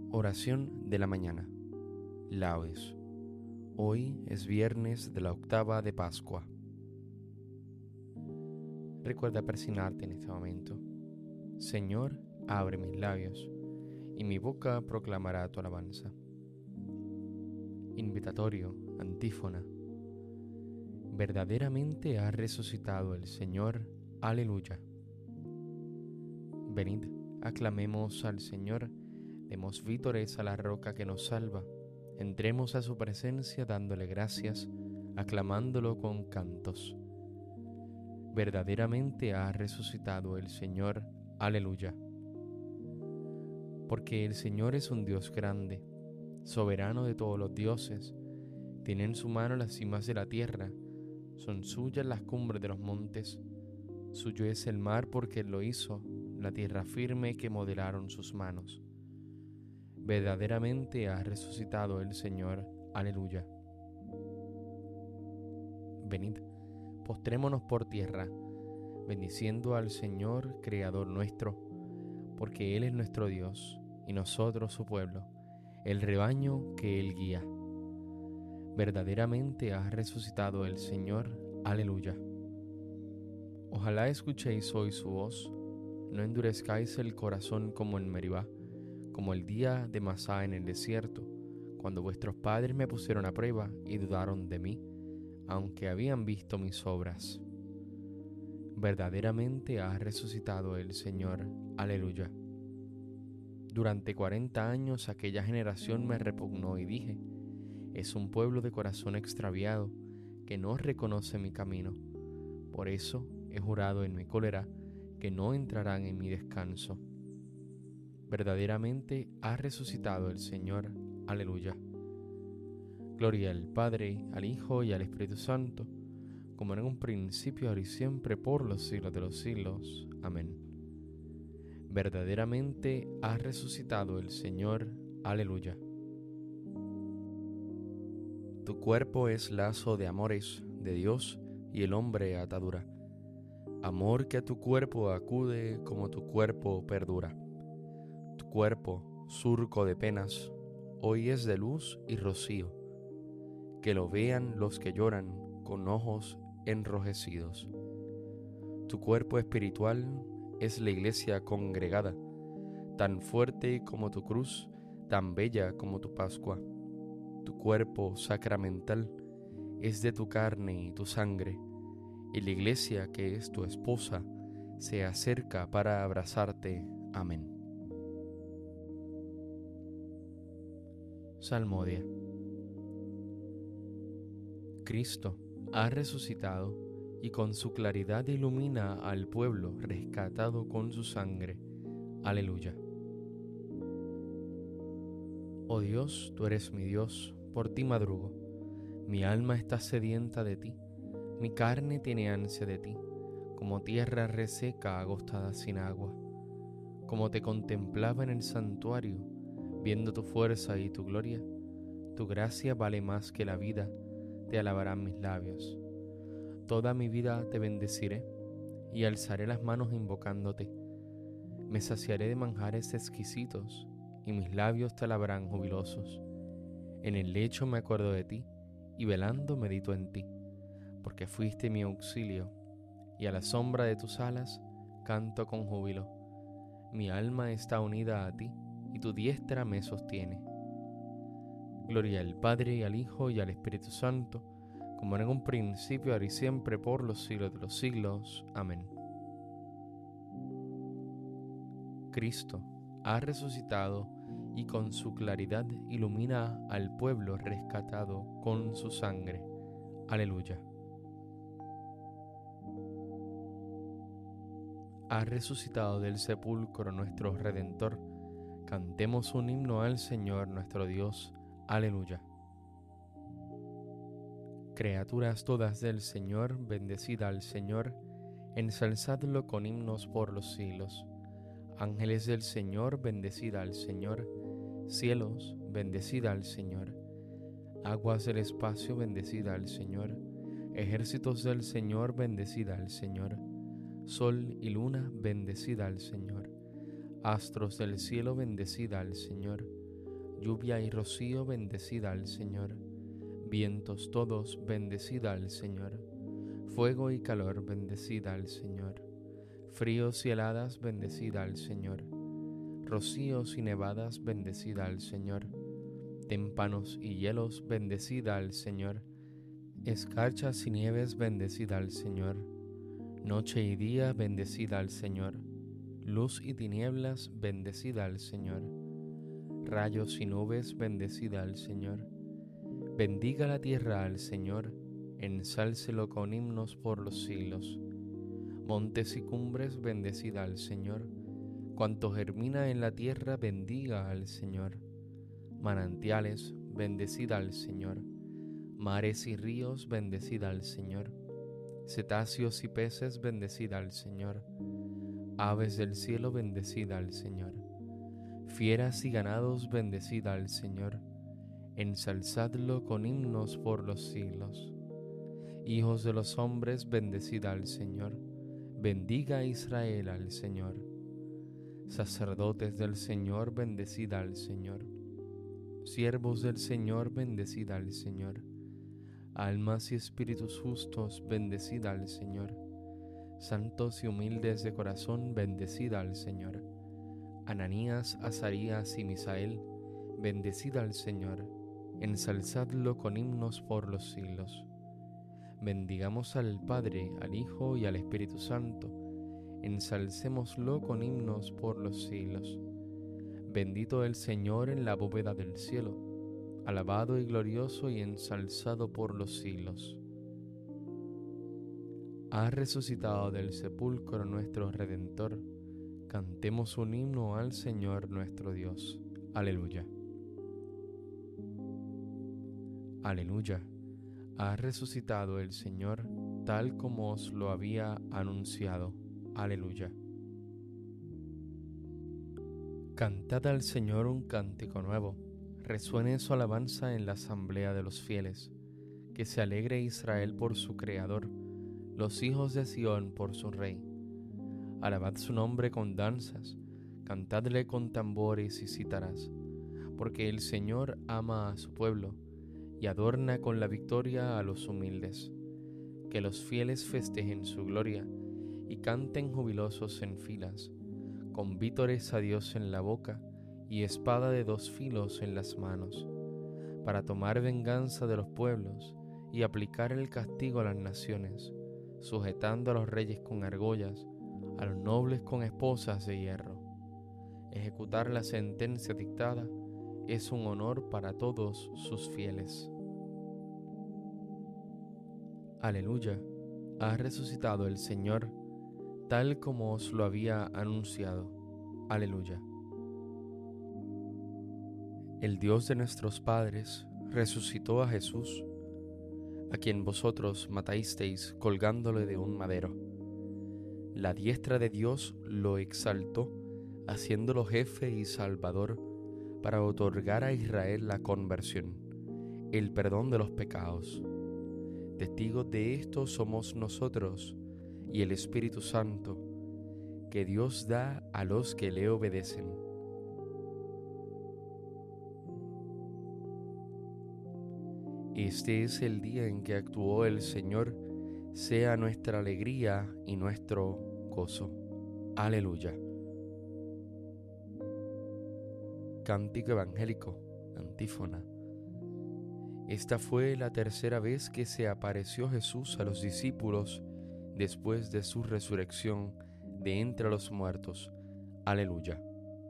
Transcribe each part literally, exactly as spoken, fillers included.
Oración de la mañana. Laudes. Hoy es viernes de la octava de Pascua. Recuerda persignarte en este momento. Señor, abre mis labios, y mi boca proclamará tu alabanza. Invitatorio, antífona. Verdaderamente ha resucitado el Señor. Aleluya. Venid, aclamemos al Señor, demos vítores a la roca que nos salva. Entremos a su presencia dándole gracias, aclamándolo con cantos. Verdaderamente ha resucitado el Señor. Aleluya. Porque el Señor es un Dios grande, soberano de todos los dioses. Tiene en su mano las cimas de la tierra, son suyas las cumbres de los montes. Suyo es el mar porque Él lo hizo, la tierra firme que modelaron sus manos. Verdaderamente ha resucitado el Señor. Aleluya. Venid, postrémonos por tierra, bendiciendo al Señor, Creador nuestro, porque Él es nuestro Dios, y nosotros su pueblo, el rebaño que Él guía. Verdaderamente ha resucitado el Señor. Aleluya. Ojalá escuchéis hoy su voz, no endurezcáis el corazón como en Meribá, como el día de Masá en el desierto, cuando vuestros padres me pusieron a prueba y dudaron de mí, aunque habían visto mis obras. Verdaderamente ha resucitado el Señor. Aleluya. Durante cuarenta años aquella generación me repugnó y dije, es un pueblo de corazón extraviado que no reconoce mi camino. Por eso he jurado en mi cólera que no entrarán en mi descanso. Verdaderamente ha resucitado el Señor. Aleluya. Gloria al Padre, al Hijo y al Espíritu Santo, como en un principio, ahora y siempre, por los siglos de los siglos. Amén. Verdaderamente ha resucitado el Señor. Aleluya. Tu cuerpo es lazo de amores de Dios y el hombre atadura. Amor que a tu cuerpo acude como tu cuerpo perdura. Tu cuerpo, surco de penas, hoy es de luz y rocío. Que lo vean los que lloran con ojos enrojecidos. Tu cuerpo espiritual es la iglesia congregada, tan fuerte como tu cruz, tan bella como tu Pascua. Tu cuerpo sacramental es de tu carne y tu sangre, y la iglesia que es tu esposa se acerca para abrazarte. Amén. Salmodia. Cristo ha resucitado y con su claridad ilumina al pueblo rescatado con su sangre. Aleluya. Oh Dios, tú eres mi Dios, por ti madrugo. Mi alma está sedienta de ti, mi carne tiene ansia de ti, como tierra reseca agostada sin agua. Como te contemplaba en el santuario, viendo tu fuerza y tu gloria, tu gracia vale más que la vida, te alabarán mis labios. Toda mi vida te bendeciré y alzaré las manos invocándote. Me saciaré de manjares exquisitos y mis labios te alabarán jubilosos. En el lecho me acuerdo de ti y velando medito en ti, porque fuiste mi auxilio y a la sombra de tus alas canto con júbilo. Mi alma está unida a ti y tu diestra me sostiene. Gloria al Padre y al Hijo y al Espíritu Santo, como en un principio, ahora y siempre, por los siglos de los siglos. Amén. Cristo ha resucitado y con su claridad ilumina al pueblo rescatado con su sangre. Aleluya. Ha resucitado del sepulcro nuestro Redentor. Cantemos un himno al Señor nuestro Dios. Aleluya. Criaturas todas del Señor, bendecida al Señor, ensalzadlo con himnos por los siglos. Ángeles del Señor, bendecida al Señor. Cielos, bendecida al Señor. Aguas del espacio, bendecida al Señor. Ejércitos del Señor, bendecida al Señor. Sol y luna, bendecida al Señor. Astros del cielo, bendecida al Señor. lluvia y rocío, bendecida al Señor. Vientos todos, bendecida al Señor. Fuego y calor, bendecida al Señor. Fríos y heladas, bendecida al Señor. Rocíos y nevadas, bendecida al Señor. Témpanos y hielos, bendecida al Señor. Escarchas y nieves, bendecida al Señor. Noche y día, bendecida al Señor. Luz y tinieblas, bendecida al Señor. Rayos y nubes, bendecida al Señor. Bendiga la tierra al Señor, ensálcelo con himnos por los siglos. Montes y cumbres, bendecida al Señor. Cuanto germina en la tierra, bendiga al Señor. Manantiales, bendecida al Señor. Mares y ríos, bendecida al Señor. Cetáceos y peces, bendecida al Señor. Aves del cielo, bendecida al Señor. Fieras y ganados, bendecida al Señor. Ensalzadlo con himnos por los siglos. Hijos de los hombres, bendecida al Señor. Bendiga Israel al Señor. Sacerdotes del Señor, bendecida al Señor. Siervos del Señor, bendecida al Señor. Almas y espíritus justos, bendecida al Señor. Santos y humildes de corazón, bendecida al Señor. Ananías, Azarías y Misael, bendecida al Señor. Ensalzadlo con himnos por los siglos. Bendigamos al Padre, al Hijo y al Espíritu Santo. Ensalcémoslo con himnos por los siglos. Bendito el Señor en la bóveda del cielo, alabado y glorioso y ensalzado por los siglos. Ha resucitado del sepulcro nuestro Redentor. Cantemos un himno al Señor nuestro Dios. Aleluya. Aleluya. Ha resucitado el Señor tal como os lo había anunciado. Aleluya. Cantad al Señor un cántico nuevo. Resuene su alabanza en la asamblea de los fieles. Que se alegre Israel por su Creador, los hijos de Sión por su Rey. Alabad su nombre con danzas, cantadle con tambores y cítaras, porque el Señor ama a su pueblo y adorna con la victoria a los humildes. Que los fieles festejen su gloria y canten jubilosos en filas, con vítores a Dios en la boca y espada de dos filos en las manos, para tomar venganza de los pueblos y aplicar el castigo a las naciones, sujetando a los reyes con argollas, a los nobles con esposas de hierro. Ejecutar la sentencia dictada es un honor para todos sus fieles. Aleluya, ha resucitado el Señor, tal como os lo había anunciado. Aleluya. El Dios de nuestros padres resucitó a Jesús, a quien vosotros matasteis colgándole de un madero. La diestra de Dios lo exaltó, haciéndolo jefe y salvador, para otorgar a Israel la conversión, el perdón de los pecados. Testigos de esto somos nosotros y el Espíritu Santo, que Dios da a los que le obedecen. Este es el día en que actuó el Señor, sea nuestra alegría y nuestro gozo. Aleluya. Cántico evangélico, antífona. Esta fue la tercera vez que se apareció Jesús a los discípulos después de su resurrección de entre los muertos. Aleluya.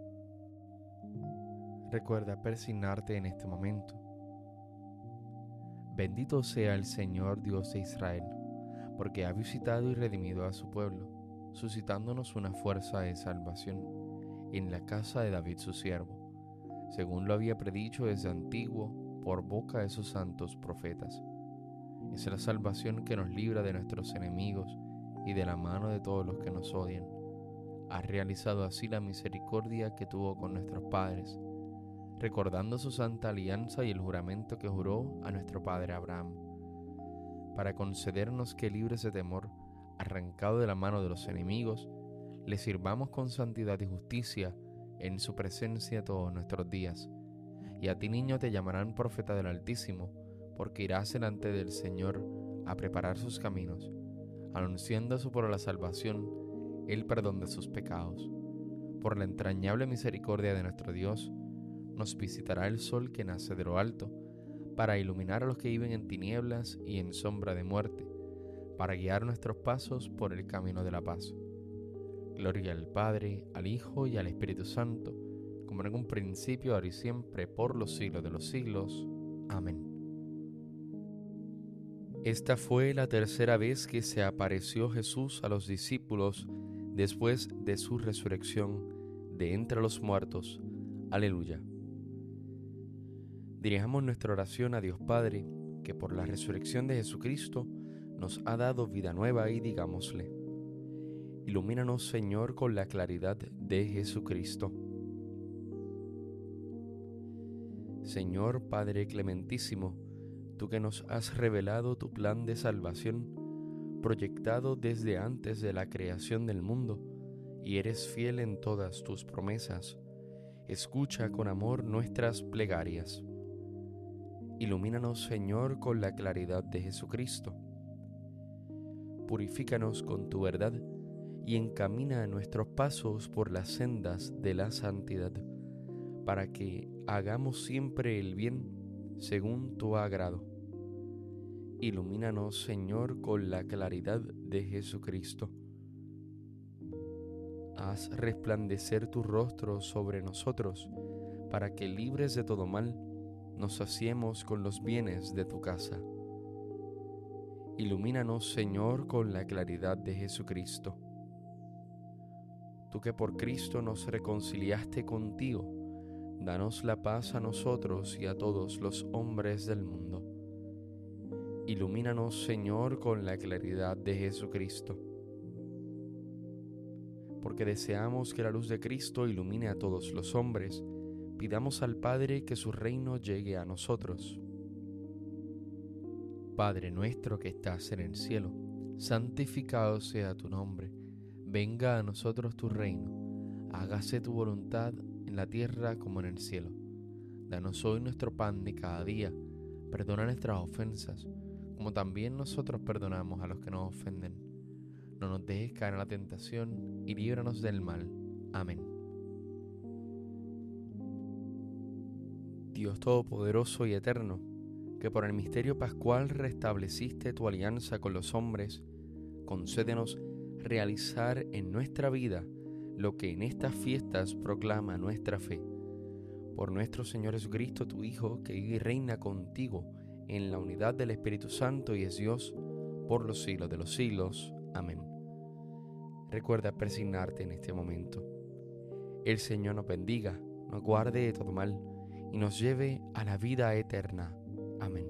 Recuerda persignarte en este momento. Bendito sea el Señor Dios de Israel, porque ha visitado y redimido a su pueblo, suscitándonos una fuerza de salvación en la casa de David su siervo, según lo había predicho desde antiguo por boca de sus santos profetas. Es la salvación que nos libra de nuestros enemigos y de la mano de todos los que nos odian. Ha realizado así la misericordia que tuvo con nuestros padres, recordando su santa alianza y el juramento que juró a nuestro padre Abraham, para concedernos que, libres de temor, arrancado de la mano de los enemigos, le sirvamos con santidad y justicia en su presencia todos nuestros días, y a ti, niño, te llamarán profeta del Altísimo, porque irás delante del Señor a preparar sus caminos, anunciando su por la salvación, el perdón de sus pecados. Por la entrañable misericordia de nuestro Dios, nos visitará el sol que nace de lo alto, para iluminar a los que viven en tinieblas y en sombra de muerte, para guiar nuestros pasos por el camino de la paz. Gloria al Padre, al Hijo y al Espíritu Santo, como en un principio, ahora y siempre, por los siglos de los siglos. Amén. Esta fue la tercera vez que se apareció Jesús a los discípulos después de su resurrección de entre los muertos. Aleluya. Dirijamos nuestra oración a Dios Padre, que por la resurrección de Jesucristo nos ha dado vida nueva, y digámosle: ilumínanos, Señor, con la claridad de Jesucristo. Señor Padre clementísimo, tú que nos has revelado tu plan de salvación, proyectado desde antes de la creación del mundo, y eres fiel en todas tus promesas, escucha con amor nuestras plegarias. Ilumínanos, Señor, con la claridad de Jesucristo. Purifícanos con tu verdad y encamina nuestros pasos por las sendas de la santidad, para que hagamos siempre el bien según tu agrado. Ilumínanos, Señor, con la claridad de Jesucristo. Haz resplandecer tu rostro sobre nosotros, para que, libres de todo mal, nos saciemos con los bienes de tu casa. Ilumínanos, Señor, con la claridad de Jesucristo. Tú que por Cristo nos reconciliaste contigo, danos la paz a nosotros y a todos los hombres del mundo. Ilumínanos, Señor, con la claridad de Jesucristo. Porque deseamos que la luz de Cristo ilumine a todos los hombres, pidamos al Padre que su reino llegue a nosotros. Padre nuestro que estás en el cielo, santificado sea tu nombre. Venga a nosotros tu reino. Hágase tu voluntad en la tierra como en el cielo. Danos hoy nuestro pan de cada día. Perdona nuestras ofensas, como también nosotros perdonamos a los que nos ofenden. No nos dejes caer en la tentación y líbranos del mal. Amén. Dios Todopoderoso y Eterno, que por el misterio pascual restableciste tu alianza con los hombres, concédenos realizar en nuestra vida lo que en estas fiestas proclama nuestra fe. Por nuestro Señor Jesucristo, tu Hijo, que vive y reina contigo en la unidad del Espíritu Santo y es Dios por los siglos de los siglos. Amén. Recuerda persignarte en este momento. El Señor nos bendiga, nos guarde de todo mal y nos lleve a la vida eterna. Amén.